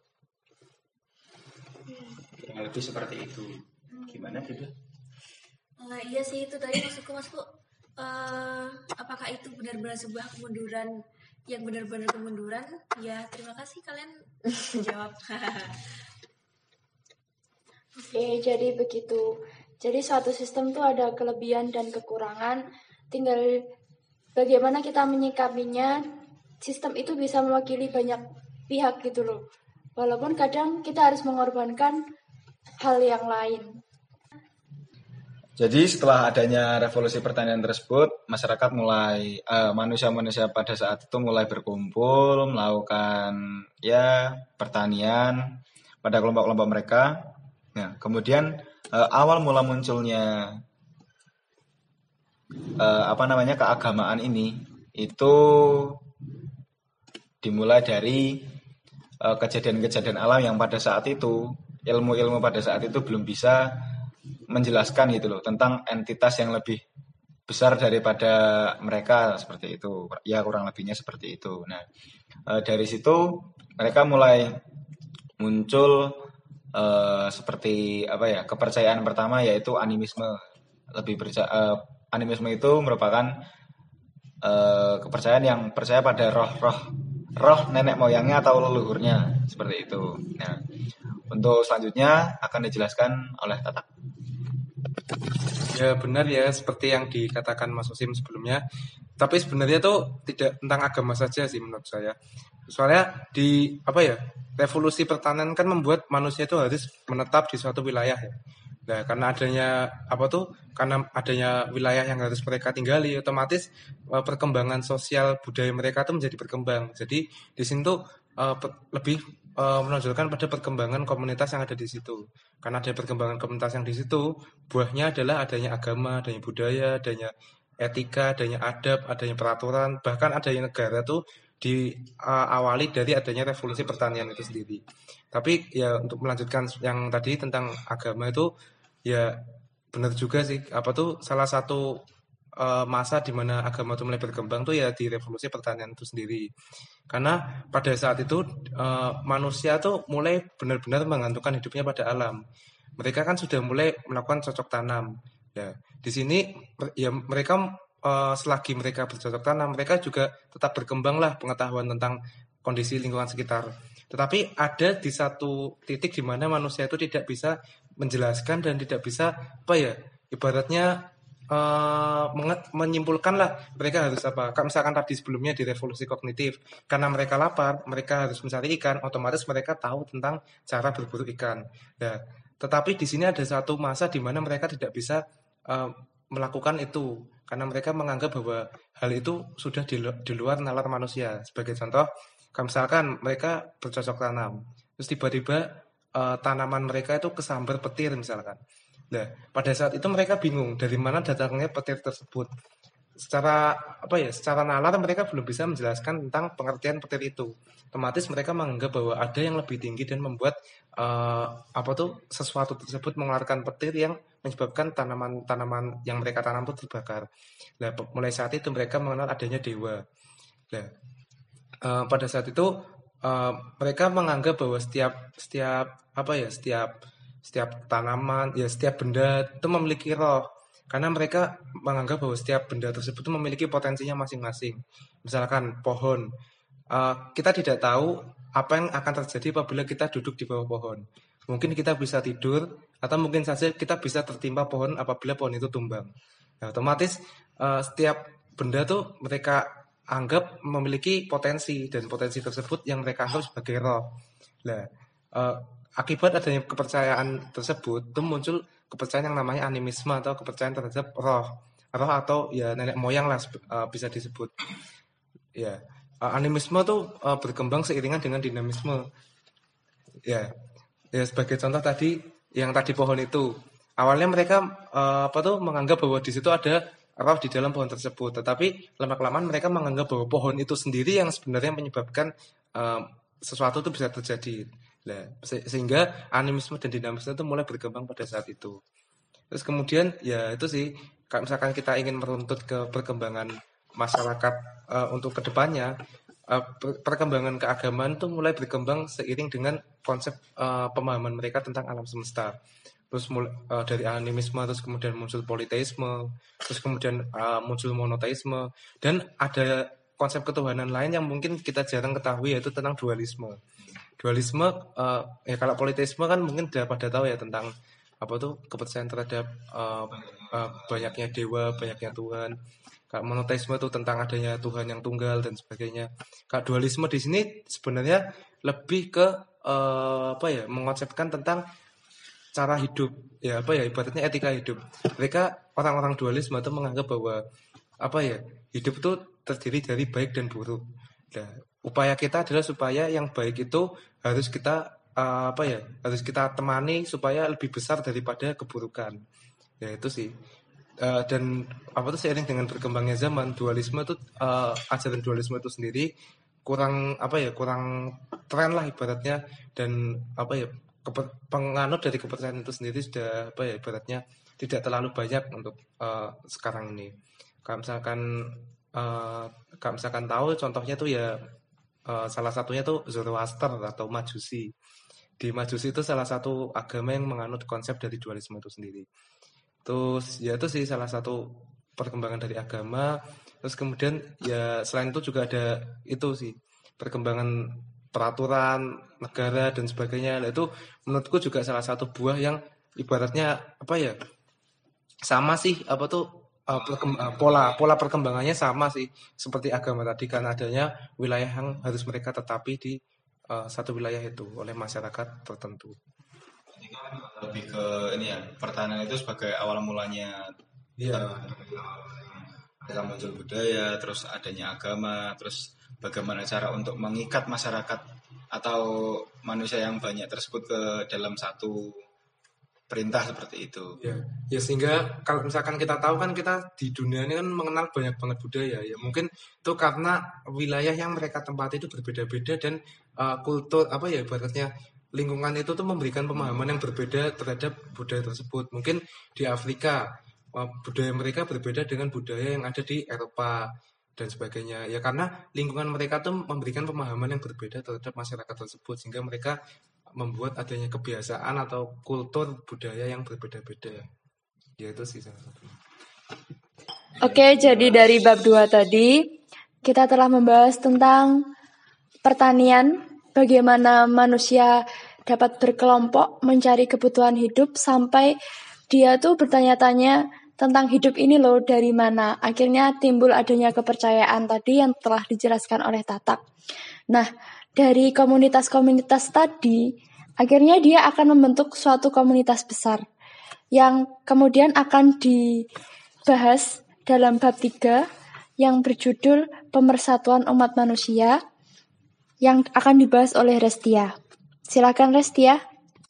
Kurang lebih seperti itu. Gimana gitu? Uh, iya sih, itu tadi maksudku maksudku uh, apakah itu benar-benar sebuah kemunduran yang benar-benar kemunduran? Ya terima kasih kalian jawab. Oke, jadi begitu. Jadi suatu sistem tuh ada kelebihan dan kekurangan. Tinggal bagaimana kita menyikapinya. Sistem itu bisa mewakili banyak pihak gitu loh. Walaupun kadang kita harus mengorbankan hal yang lain. Jadi setelah adanya revolusi pertanian tersebut, masyarakat mulai uh, manusia-manusia pada saat itu mulai berkumpul melakukan ya pertanian pada kelompok-kelompok mereka. Nah, kemudian uh, awal mula munculnya uh, apa namanya keagamaan ini itu dimulai dari uh, kejadian-kejadian alam yang pada saat itu ilmu-ilmu pada saat itu belum bisa menjelaskan gitu loh tentang entitas yang lebih besar daripada mereka, seperti itu ya, kurang lebihnya seperti itu. Nah e, dari situ mereka mulai muncul e, seperti apa ya, kepercayaan pertama yaitu animisme. Lebih percaya e, animisme itu merupakan eh, kepercayaan yang percaya pada roh-roh roh nenek moyangnya atau leluhurnya seperti itu. Nah, untuk selanjutnya akan dijelaskan oleh Tatak. Ya benar ya, seperti yang dikatakan Mas Osim sebelumnya. Tapi sebenarnya tuh tidak tentang agama saja sih menurut saya. Soalnya di apa ya, revolusi pertanian kan membuat manusia itu harus menetap di suatu wilayah ya. Nah, karena adanya apa tuh? Karena adanya wilayah yang harus mereka tinggali, otomatis uh, perkembangan sosial budaya mereka tuh menjadi berkembang. Jadi di sini tuh uh, per- lebih uh, menonjolkan pada perkembangan komunitas yang ada di situ. Karena ada perkembangan komunitas yang di situ, buahnya adalah adanya agama, adanya budaya, adanya etika, adanya adab, adanya peraturan, bahkan adanya negara tuh diawali dari adanya revolusi pertanian itu sendiri. Tapi ya untuk melanjutkan yang tadi tentang agama itu ya benar juga sih. Apa tuh salah satu eh, masa di mana agama itu mulai berkembang tuh ya di revolusi pertanian itu sendiri. Karena pada saat itu eh, manusia tuh mulai benar-benar menggantungkan hidupnya pada alam. Mereka kan sudah mulai melakukan cocok tanam. Ya, di sini ya mereka eh, selagi mereka bercocok tanam, mereka juga tetap berkembanglah pengetahuan tentang kondisi lingkungan sekitar. Tetapi ada di satu titik di mana manusia itu tidak bisa menjelaskan dan tidak bisa apa ya, ibaratnya eh, menget- menyimpulkan lah mereka harus apa. Kayak misalkan tadi sebelumnya di revolusi kognitif, karena mereka lapar, mereka harus mencari ikan, otomatis mereka tahu tentang cara berburu ikan. Ya, tetapi di sini ada satu masa di mana mereka tidak bisa eh, melakukan itu karena mereka menganggap bahwa hal itu sudah di, lu- di luar nalar manusia. Sebagai contoh, kayak misalkan mereka bercocok tanam, terus tiba-tiba eh, tanaman mereka itu kesambar petir misalkan. Nah, pada saat itu mereka bingung dari mana datangnya petir tersebut. Secara apa ya, secara nalar mereka belum bisa menjelaskan tentang pengertian petir itu. Otomatis mereka menganggap bahwa ada yang lebih tinggi dan membuat eh, apa tuh sesuatu tersebut mengeluarkan petir yang menyebabkan tanaman-tanaman yang mereka tanam itu terbakar. Nah, pe- mulai saat itu mereka mengenal adanya dewa. Nah, eh, pada saat itu eh, mereka menganggap bahwa setiap setiap apa ya setiap setiap tanaman ya setiap benda itu memiliki roh karena mereka menganggap bahwa setiap benda tersebut itu memiliki potensinya masing-masing. Misalkan pohon, eh, kita tidak tahu apa yang akan terjadi apabila kita duduk di bawah pohon. Mungkin kita bisa tidur atau mungkin saja kita bisa tertimpa pohon apabila pohon itu tumbang. Nah, otomatis eh, setiap benda tuh mereka anggap memiliki potensi dan potensi tersebut yang mereka anggap sebagai roh. Nah, eh, akibat adanya kepercayaan tersebut itu muncul kepercayaan yang namanya animisme atau kepercayaan terhadap roh, roh atau ya nenek moyang lah eh, bisa disebut. Ya, eh, animisme tuh eh, berkembang seiringan dengan dinamisme. Ya, ya sebagai contoh tadi yang tadi pohon itu awalnya mereka eh, apa tuh menganggap bahwa di situ ada roh di dalam pohon tersebut, tetapi lama kelamaan mereka menganggap bahwa pohon itu sendiri yang sebenarnya menyebabkan eh, sesuatu itu bisa terjadi. Nah, se- sehingga animisme dan dinamisme itu mulai berkembang pada saat itu. Terus kemudian ya itu sih, kalau misalkan kita ingin meruntut ke perkembangan masyarakat eh, untuk kedepannya, eh, per- perkembangan keagamaan itu mulai berkembang seiring dengan konsep eh, pemahaman mereka tentang alam semesta. Terus mul- eh, dari animisme terus kemudian muncul politeisme, terus kemudian eh, muncul monoteisme, dan ada konsep ketuhanan lain yang mungkin kita jarang ketahui yaitu tentang dualisme. Dualisme eh, ya kalau politeisme kan mungkin sudah pada tahu ya tentang apa tuh kepercayaan terhadap eh, eh, banyaknya dewa, banyaknya Tuhan. Kalau monoteisme itu tentang adanya Tuhan yang tunggal dan sebagainya. Kalau dualisme di sini sebenarnya lebih ke eh, apa ya mengonsepkan tentang cara hidup ya apa ya ibaratnya etika hidup. Mereka orang-orang dualisme itu menganggap bahwa apa ya hidup itu terdiri dari baik dan buruk. Nah, upaya kita adalah supaya yang baik itu harus kita eh, apa ya harus kita temani supaya lebih besar daripada keburukan. Ya itu sih. Eh, dan apa tuh seiring dengan berkembangnya zaman dualisme itu eh, ajaran dualisme itu sendiri kurang apa ya kurang tren lah ibaratnya dan apa ya keper- penganut dari kepercayaan itu sendiri sudah apa ya ibaratnya tidak terlalu banyak untuk eh, sekarang ini. Kalau misalkan eh, kalau misalkan tahu contohnya tuh ya eh, salah satunya tuh Zoroaster atau Majusi. Di Majusi itu salah satu agama yang menganut konsep dari dualisme itu sendiri. Terus ya itu sih salah satu perkembangan dari agama. Terus kemudian ya selain itu juga ada itu sih perkembangan peraturan negara dan sebagainya. Nah, itu menurutku juga salah satu buah yang ibaratnya apa ya sama sih apa tuh uh, perkem- uh, pola pola perkembangannya sama sih seperti agama tadi karena adanya wilayah yang harus mereka tetapi di uh, satu wilayah itu oleh masyarakat tertentu. Lebih ke ini ya, pertanian itu sebagai awal mulanya Iya. eh, mereka muncul budaya, terus adanya agama, terus bagaimana cara untuk mengikat masyarakat atau manusia yang banyak tersebut ke dalam satu perintah seperti itu. Ya, ya sehingga kalau misalkan kita tahu kan kita di dunia ini kan mengenal banyak banget budaya ya. Mungkin itu karena wilayah yang mereka tempati itu berbeda-beda dan uh, kultur apa ya ibaratnya lingkungan itu tuh memberikan pemahaman yang berbeda terhadap budaya tersebut. Mungkin di Afrika uh, budaya mereka berbeda dengan budaya yang ada di Eropa dan sebagainya. Ya karena lingkungan mereka tuh memberikan pemahaman yang berbeda terhadap masyarakat tersebut sehingga mereka membuat adanya kebiasaan atau kultur budaya yang berbeda-beda. Ya itu sih salah satunya. Oke, jadi dari bab dua tadi kita telah membahas tentang pertanian, bagaimana manusia dapat berkelompok mencari kebutuhan hidup sampai dia tuh bertanya-tanya tentang hidup ini loh dari mana. Akhirnya timbul adanya kepercayaan tadi yang telah dijelaskan oleh Tatak. Nah, dari komunitas-komunitas tadi, akhirnya dia akan membentuk suatu komunitas besar yang kemudian akan dibahas dalam bab tiga yang berjudul Pemersatuan Umat Manusia yang akan dibahas oleh Restia. Silakan Restia.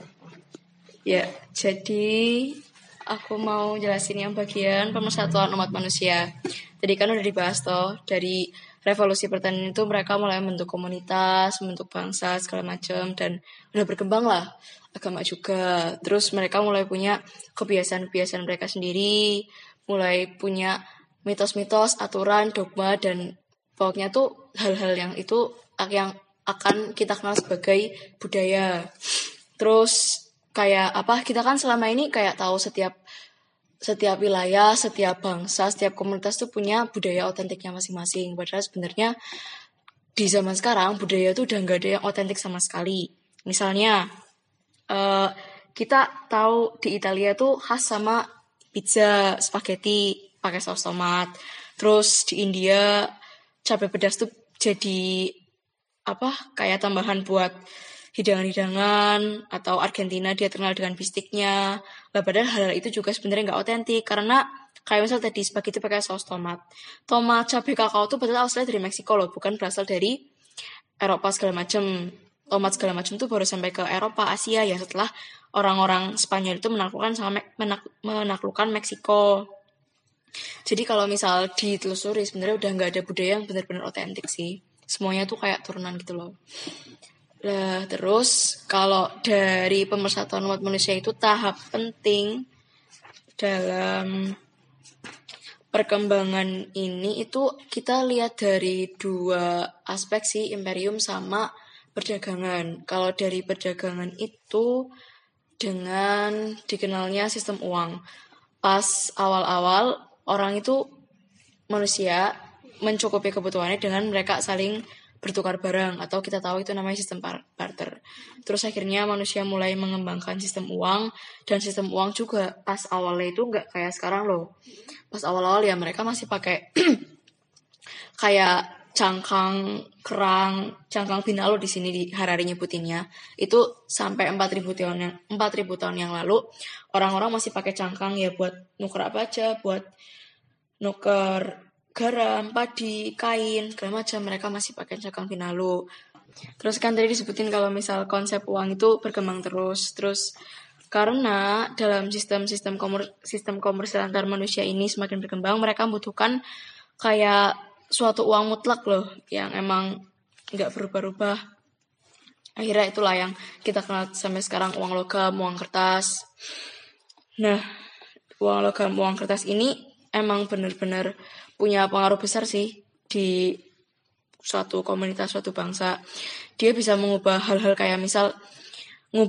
Ya, jadi aku mau jelasin yang bagian pemersatuan umat manusia. Jadi kan udah dibahas toh, dari revolusi pertanian itu mereka mulai membentuk komunitas, membentuk bangsa, segala macam, dan udah berkembang lah agama juga. Terus mereka mulai punya kebiasaan-kebiasaan mereka sendiri, mulai punya mitos-mitos, aturan, dogma, dan pokoknya tuh hal-hal yang itu yang akan kita kenal sebagai budaya. Terus kayak apa, kita kan selama ini kayak tahu setiap setiap wilayah, setiap bangsa, setiap komunitas tuh punya budaya otentiknya masing-masing. Padahal sebenarnya di zaman sekarang budaya tuh udah nggak ada yang otentik sama sekali. Misalnya uh, kita tahu di Italia tuh khas sama pizza, spaghetti pakai saus tomat. Terus di India cabai pedas tuh jadi apa kayak tambahan buat hidangan-hidangan, atau Argentina dia terkenal dengan bistiknya. Lah padahal hal itu juga sebenarnya nggak otentik karena kayak misal tadi spaghetti pakai saus tomat. Tomat, cabai, kakao tuh betul asalnya dari Meksiko loh, bukan berasal dari Eropa segala macam. Tomat segala macam tuh baru sampai ke Eropa, Asia ya setelah orang-orang Spanyol itu menaklukkan sama menak, menaklukkan Meksiko. Jadi kalau misal ditelusuri sebenarnya udah nggak ada budaya yang benar-benar otentik sih. Semuanya tuh kayak turunan gitu loh. Nah, terus kalau dari pemersatuan umat manusia itu tahap penting dalam perkembangan ini itu kita lihat dari dua aspek sih, imperium sama perdagangan. Kalau dari perdagangan itu dengan dikenalnya sistem uang. Pas awal-awal orang itu manusia mencukupi kebutuhannya dengan mereka saling bertukar barang, atau kita tahu itu namanya sistem barter. Terus akhirnya manusia mulai mengembangkan sistem uang, dan sistem uang juga pas awalnya itu nggak kayak sekarang loh. Pas awal-awal ya mereka masih pakai kayak cangkang kerang, cangkang binalo di sini di Harari nyebutinnya. Itu sampai empat ribu tahun yang empat ribu tahun yang lalu orang-orang masih pakai cangkang ya buat nuker apa aja, buat nuker garam, padi, kain, segala macam. Mereka masih pakai cangkang binalo. Terus kan tadi disebutin kalau misal konsep uang itu berkembang terus. Terus karena dalam sistem-sistem komer, sistem komersial antar manusia ini semakin berkembang, mereka membutuhkan kayak suatu uang mutlak loh, yang emang nggak berubah-ubah. Akhirnya itulah yang kita kenal sampai sekarang, uang logam, uang kertas. Nah, uang logam, uang kertas ini emang benar-benar punya pengaruh besar sih di suatu komunitas, suatu bangsa. Dia bisa mengubah hal-hal kayak misal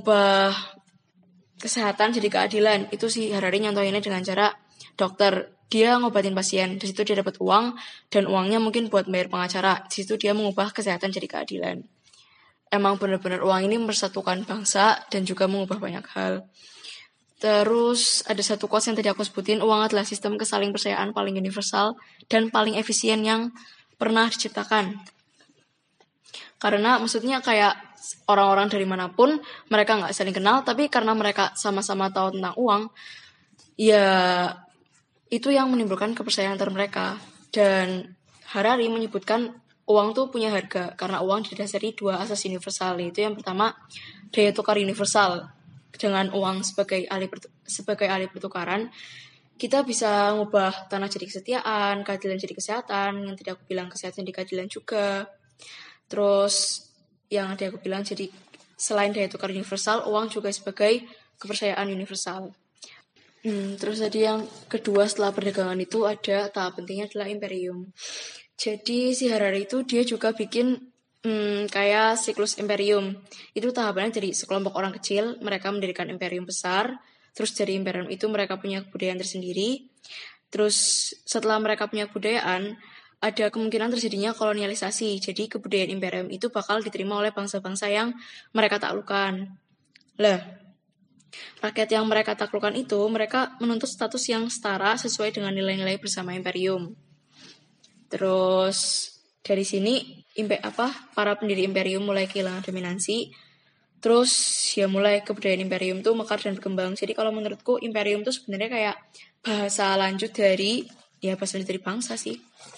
ngubah kesehatan jadi keadilan. Itu sih Harari nyontohinnya dengan cara dokter dia ngobatin pasien, di situ dia dapat uang dan uangnya mungkin buat bayar pengacara, di situ dia mengubah kesehatan jadi keadilan. Emang benar-benar uang ini mempersatukan bangsa dan juga mengubah banyak hal. Terus ada satu quotes yang tadi aku sebutin, uang adalah sistem kesaling percayaan paling universal dan paling efisien yang pernah diciptakan. Karena maksudnya kayak orang-orang dari manapun mereka nggak saling kenal, tapi karena mereka sama-sama tahu tentang uang, ya itu yang menimbulkan kepercayaan antar mereka. Dan Harari menyebutkan uang tuh punya harga karena uang didasari dua asas universal, yaitu yang pertama daya tukar universal. Dengan uang sebagai alih sebagai alih pertukaran, kita bisa ngubah tanah jadi kesetiaan, keadilan jadi kesehatan, yang tadi aku bilang kesehatan jadi keadilan juga. Terus yang tadi aku bilang jadi selain daya tukar universal, uang juga sebagai kepercayaan universal. Hmm, terus tadi yang kedua setelah perdagangan itu ada tahap pentingnya adalah imperium. Jadi si Harari itu dia juga bikin hmm, kayak siklus imperium. Itu tahapannya jadi sekelompok orang kecil, mereka mendirikan imperium besar. Terus dari imperium itu mereka punya kebudayaan tersendiri. Terus setelah mereka punya kebudayaan, ada kemungkinan terjadinya kolonialisasi. Jadi kebudayaan imperium itu bakal diterima oleh bangsa-bangsa yang mereka taklukkan. Lah, rakyat yang mereka taklukkan itu, mereka menuntut status yang setara sesuai dengan nilai-nilai bersama imperium. Terus dari sini impe apa para pendiri imperium mulai kehilangan dominansi. Terus ya mulai kebudayaan imperium tuh mekar dan berkembang. Jadi kalau menurutku imperium tuh sebenarnya kayak bahasa lanjut dari ya bahasa lanjut dari bangsa sih.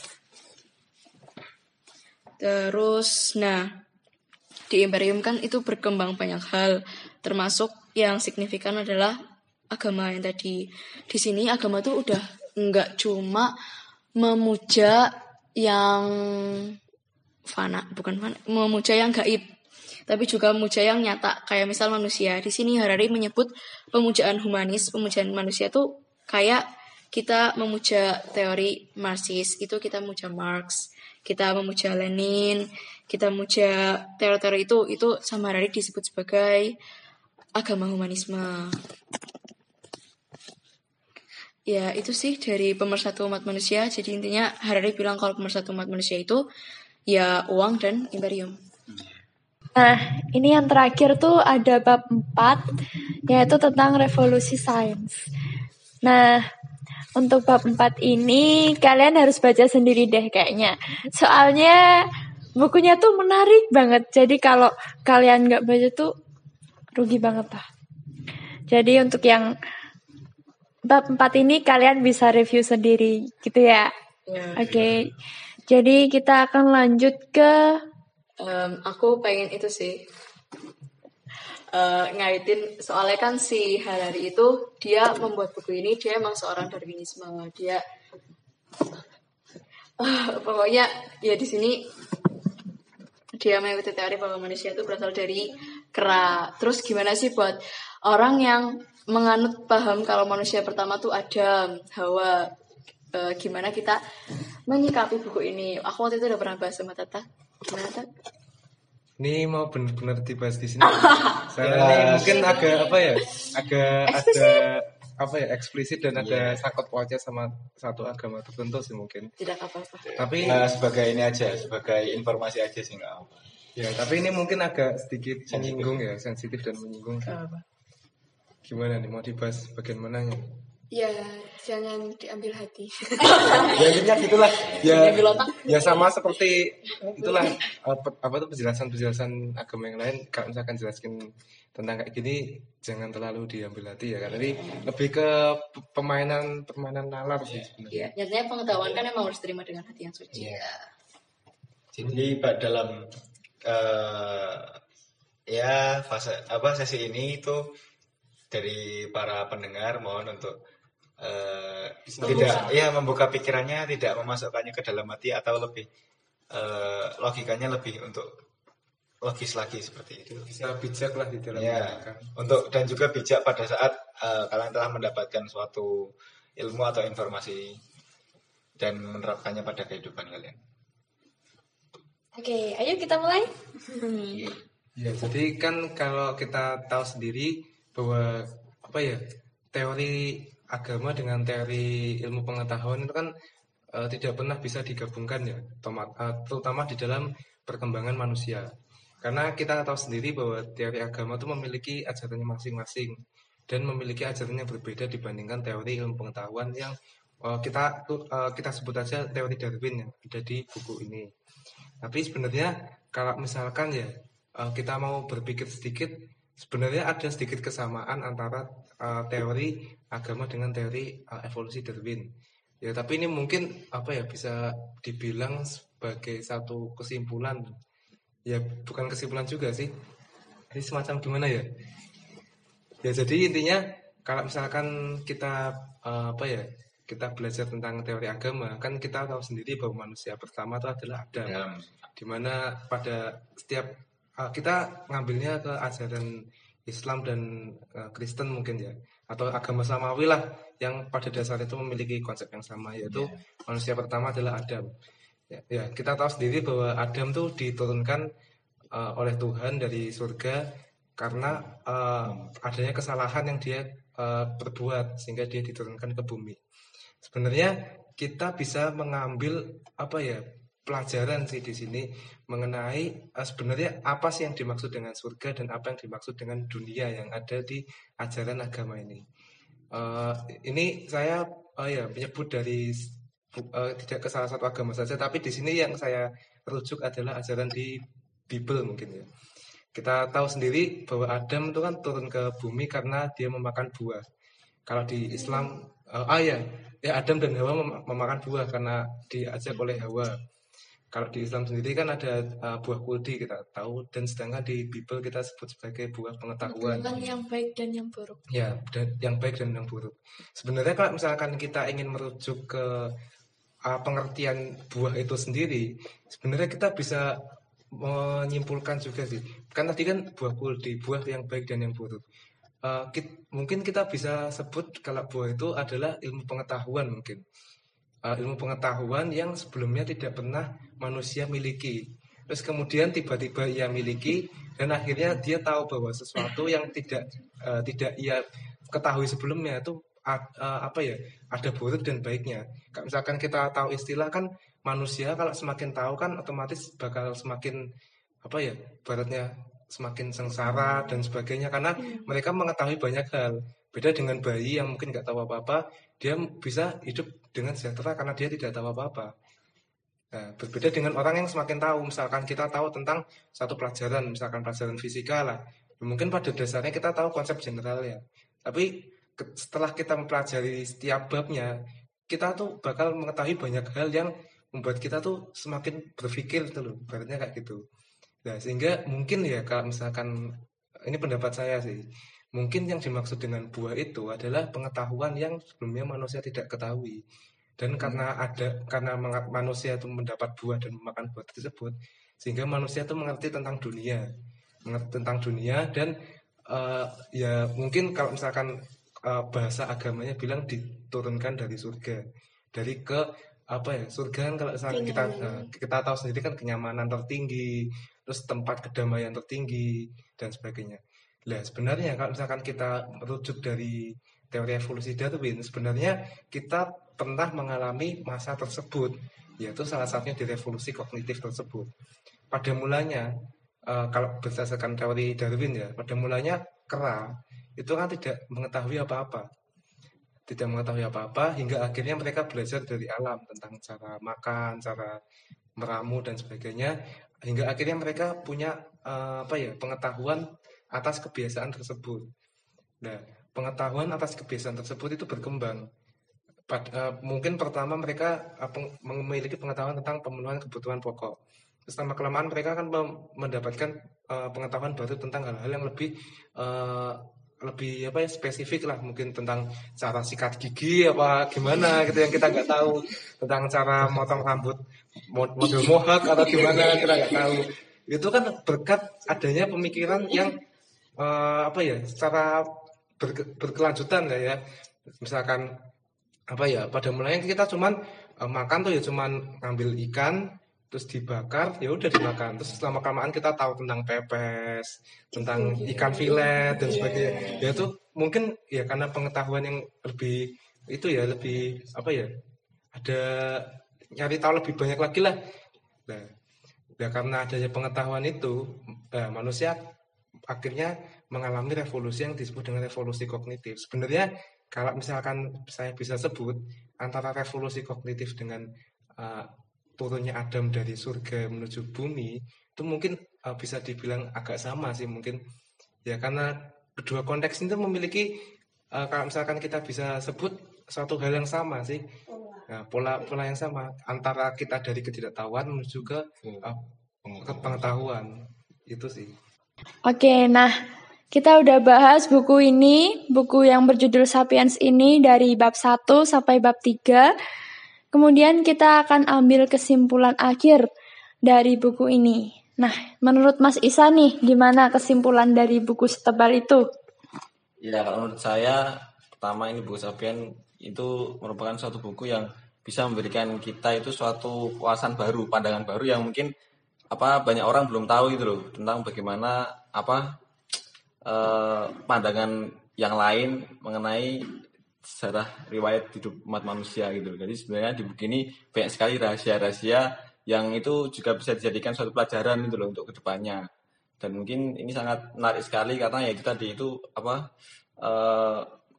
Terus nah di imperium kan itu berkembang banyak hal, termasuk yang signifikan adalah agama yang tadi. Di sini agama tuh udah nggak cuma memuja yang fana, bukan fana, memuja yang gaib, tapi juga memuja yang nyata, kayak misal manusia. Di sini Harari menyebut pemujaan humanis, pemujaan manusia tuh kayak kita memuja teori Marxis, itu kita memuja Marx, kita memuja Lenin, kita memuja teori-teori itu, itu sama Harari disebut sebagai agama humanisme. Ya itu sih dari pemersatu umat manusia. Jadi intinya Harari bilang kalau pemersatu umat manusia itu ya uang dan imperium. Nah, ini yang terakhir tuh ada bab empat, yaitu tentang revolusi sains. Nah, untuk bab empat ini kalian harus baca sendiri deh kayaknya. Soalnya bukunya tuh menarik banget. Jadi kalau kalian nggak baca tuh rugi banget lah. Jadi untuk yang bab empat ini kalian bisa review sendiri gitu ya. Ya. Oke. Okay. Jadi kita akan lanjut ke Um, aku pengen itu sih uh, ngaitin soalnya kan si Harari itu dia membuat buku ini dia emang seorang Darwinisme, dia uh, pokoknya ya di sini dia mengikuti teori bahwa manusia itu berasal dari kera. Terus gimana sih buat orang yang menganut paham kalau manusia pertama tuh Adam, Hawa, uh, gimana kita menyikapi buku ini? Aku waktu itu udah pernah bahas sama Tata. Gimana, Tata? Ini mau benar-benar dibahas di sini. Soalnya ini mungkin agak apa ya? Agak ada apa ya? Eksplisit dan ada sangkut pautnya sama satu agama tertentu sih mungkin. Tidak apa-apa. Tapi Nah, sebagai ini aja, sebagai informasi aja sih nggak apa. ya, tapi ini mungkin agak sedikit menyinggung ya, sensitif dan menyinggung. Apa? Gimana nih mau dibahas bagian mananya? Ya, jangan diambil hati. Ya intinya gitulah. Ya, Diambil otak. ya sama seperti itulah apa, apa tuh penjelasan-penjelasan agama yang lain. Kalau misalkan jelaskin tentang kayak gini, jangan terlalu diambil hati ya. Karena ini lebih ke permainan permainan nalar sih sebenarnya. Ya, nyatanya pengetahuan kan emang harus terima dengan hati yang suci. Iya. Jadi Pak dalam uh, ya fase apa sesi ini itu dari para pendengar mohon untuk uh, tidak ya membuka pikirannya, tidak memasukkannya ke dalam hati atau lebih uh, logikanya lebih untuk logis lagi seperti itu. Bisa bijak lah di dalam ya, mereka. untuk dan juga bijak pada saat uh, kalian telah mendapatkan suatu ilmu atau informasi dan menerapkannya pada kehidupan kalian. Oke, ayo kita mulai. Ya, jadi kan kalau kita tahu sendiri bahwa apa ya teori agama dengan teori ilmu pengetahuan itu kan uh, tidak pernah bisa digabungkan ya, tomat, uh, terutama di dalam perkembangan manusia. Karena kita tahu sendiri bahwa teori agama itu memiliki ajarannya masing-masing dan memiliki ajaran yang berbeda dibandingkan teori ilmu pengetahuan yang uh, kita uh, kita sebut aja teori Darwin yang ada di buku ini. Tapi sebenarnya kalau misalkan ya uh, kita mau berpikir sedikit, sebenarnya ada sedikit kesamaan antara uh, teori agama dengan teori uh, evolusi Darwin. Ya, tapi ini mungkin apa ya bisa dibilang sebagai satu kesimpulan. Ya, bukan kesimpulan juga sih. Ini semacam gimana ya? Ya, jadi intinya kalau misalkan kita uh, apa ya? Kita belajar tentang teori agama, kan kita tahu sendiri bahwa manusia pertama itu adalah Adam. Ya. Dimana pada setiap uh, kita ngambilnya ke ajaran Islam dan uh, Kristen mungkin ya, atau agama samawi lah yang pada dasarnya itu memiliki konsep yang sama, yaitu yeah. manusia pertama adalah Adam. Ya, ya kita tahu sendiri bahwa Adam tuh diturunkan uh, oleh Tuhan dari surga karena uh, adanya kesalahan yang dia uh, perbuat sehingga dia diturunkan ke bumi. Sebenarnya kita bisa mengambil apa ya pelajaran sih di sini mengenai uh, sebenarnya apa sih yang dimaksud dengan surga dan apa yang dimaksud dengan dunia yang ada di ajaran agama ini. Uh, ini saya uh, ya menyebut dari uh, tidak ke salah satu agama saja, tapi di sini yang saya rujuk adalah ajaran di Bible mungkin ya. Kita tahu sendiri bahwa Adam itu kan turun ke bumi karena dia memakan buah. Kalau di Islam, uh, ah ya, ya Adam dan Hawa mem- memakan buah karena diajak oleh Hawa. Kalau di Islam sendiri kan ada uh, buah kuldi kita tahu, dan sedangkan di Bible kita sebut sebagai buah pengetahuan. Bukan yang baik dan yang buruk. Ya, dan yang baik dan yang buruk. Sebenarnya kalau misalkan kita ingin merujuk ke uh, pengertian buah itu sendiri, sebenarnya kita bisa menyimpulkan juga sih. Kan tadi kan buah kuldi, buah yang baik dan yang buruk. Uh, kita, mungkin kita bisa sebut kalau buah itu adalah ilmu pengetahuan mungkin. Uh, ilmu pengetahuan yang sebelumnya tidak pernah manusia miliki. Terus kemudian tiba-tiba ia miliki dan akhirnya dia tahu bahwa sesuatu yang tidak uh, tidak ia ketahui sebelumnya itu uh, uh, apa ya ada buruk dan baiknya. Kayak misalkan kita tahu istilah kan manusia kalau semakin tahu kan otomatis bakal semakin apa ya baratnya semakin sengsara dan sebagainya karena mereka mengetahui banyak hal. Beda dengan bayi yang mungkin nggak tahu apa-apa, dia bisa hidup dengan sejahtera karena dia tidak tahu apa-apa. Nah, berbeda dengan orang yang semakin tahu, misalkan kita tahu tentang satu pelajaran, misalkan pelajaran fisika lah, mungkin pada dasarnya kita tahu konsep generalnya. Tapi ke- setelah kita mempelajari setiap babnya, kita tuh bakal mengetahui banyak hal yang membuat kita tuh semakin berpikir gitu loh, ibaratnya kayak gitu. Nah, sehingga mungkin ya kalau misalkan ini pendapat saya sih, mungkin yang dimaksud dengan buah itu adalah pengetahuan yang sebelumnya manusia tidak ketahui. Dan karena ada karena mengat- manusia itu mendapat buah dan memakan buah tersebut, sehingga manusia itu mengerti tentang dunia, mengerti tentang dunia dan eh, ya mungkin kalau misalkan eh, bahasa agamanya bilang diturunkan dari surga, dari ke apa ya surga kan kalau misalkan kita eh, kita tahu sendiri kan kenyamanan tertinggi, terus tempat kedamaian tertinggi dan sebagainya. Nah, sebenarnya kalau misalkan kita merujuk dari teori evolusi Darwin, sebenarnya kita pernah mengalami masa tersebut, yaitu salah satunya di revolusi kognitif tersebut. Pada mulanya, eh, kalau berdasarkan teori Darwin ya, pada mulanya kera itu kan tidak mengetahui apa-apa, tidak mengetahui apa-apa hingga akhirnya mereka belajar dari alam tentang cara makan, cara meramu dan sebagainya, hingga akhirnya mereka punya eh, apa ya pengetahuan atas kebiasaan tersebut. Nah, pengetahuan atas kebiasaan tersebut itu berkembang. Pad, uh, mungkin pertama mereka uh, peng, memiliki pengetahuan tentang pemenuhan kebutuhan pokok. Terus lama kelamaan mereka akan mem- mendapatkan uh, pengetahuan baru tentang hal-hal yang lebih uh, lebih apa ya spesifik lah, mungkin tentang cara sikat gigi apa gimana gitu yang kita nggak tahu, tentang cara motong rambut model mohawk atau gimana kita nggak tahu. Itu kan berkat adanya pemikiran yang uh, apa ya secara ber, berkelanjutan lah ya. Misalkan apa ya pada mulanya kita cuman uh, makan tuh ya cuman ngambil ikan terus dibakar, ya udah dimakan. Terus lama kelamaan kita tahu tentang pepes, tentang ikan filet dan sebagainya. Ya itu mungkin ya karena pengetahuan yang lebih itu ya lebih apa ya? Ada nyari tahu lebih banyak lagi lah. Nah, ya karena adanya pengetahuan itu, eh, manusia akhirnya mengalami revolusi yang disebut dengan revolusi kognitif. Sebenarnya kalau misalkan saya bisa sebut antara revolusi kognitif dengan uh, turunnya Adam dari surga menuju bumi itu mungkin uh, bisa dibilang agak sama sih mungkin ya karena kedua konteks itu memiliki uh, kalau misalkan kita bisa sebut suatu hal yang sama sih nah, pola pola yang sama antara kita dari ketidaktahuan menuju ke uh, ke pengetahuan itu sih. Oke, nah kita udah bahas buku ini, buku yang berjudul Sapiens ini dari bab satu sampai bab tiga. Kemudian kita akan ambil kesimpulan akhir dari buku ini. Nah, menurut Mas Isa nih, gimana kesimpulan dari buku setebal itu? Ya, kalau menurut saya, pertama ini buku Sapiens itu merupakan suatu buku yang bisa memberikan kita itu suatu wawasan baru, pandangan baru yang mungkin apa banyak orang belum tahu itu loh tentang bagaimana apa eh, pandangan yang lain mengenai sejarah riwayat hidup umat manusia gitu. Jadi sebenarnya di buku ini banyak sekali rahasia-rahasia yang itu juga bisa dijadikan suatu pelajaran gitu loh untuk kedepannya. Dan mungkin ini sangat menarik sekali karena ya itu tadi itu apa eh,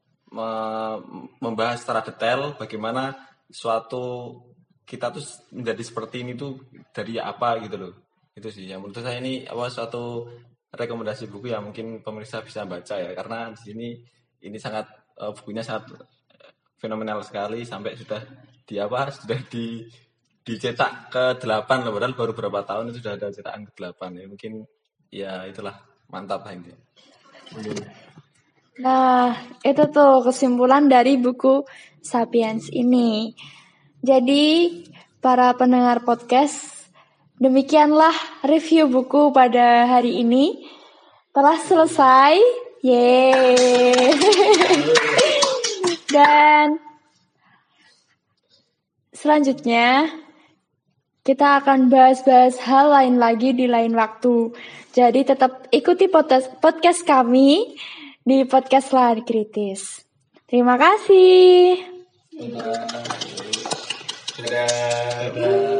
me- membahas secara detail bagaimana suatu kita tuh menjadi seperti ini tuh dari apa gitu loh. Itu sih yang menurut saya ini apa suatu rekomendasi buku yang mungkin pemirsa bisa baca ya karena di sini ini sangat uh, bukunya sangat fenomenal sekali sampai sudah di apa sudah di dicetak ke delapan loh padahal baru berapa tahun itu sudah ada cetakan ke delapan ya mungkin ya itulah mantap lah ini. Nah, itu tuh kesimpulan dari buku Sapiens ini. Jadi, para pendengar podcast, demikianlah review buku pada hari ini. Telah selesai. Yeay. Dan selanjutnya kita akan bahas-bahas hal lain lagi di lain waktu. Jadi tetap ikuti podcast, podcast kami di podcast Lahan Kritis. Terima kasih. Dadah.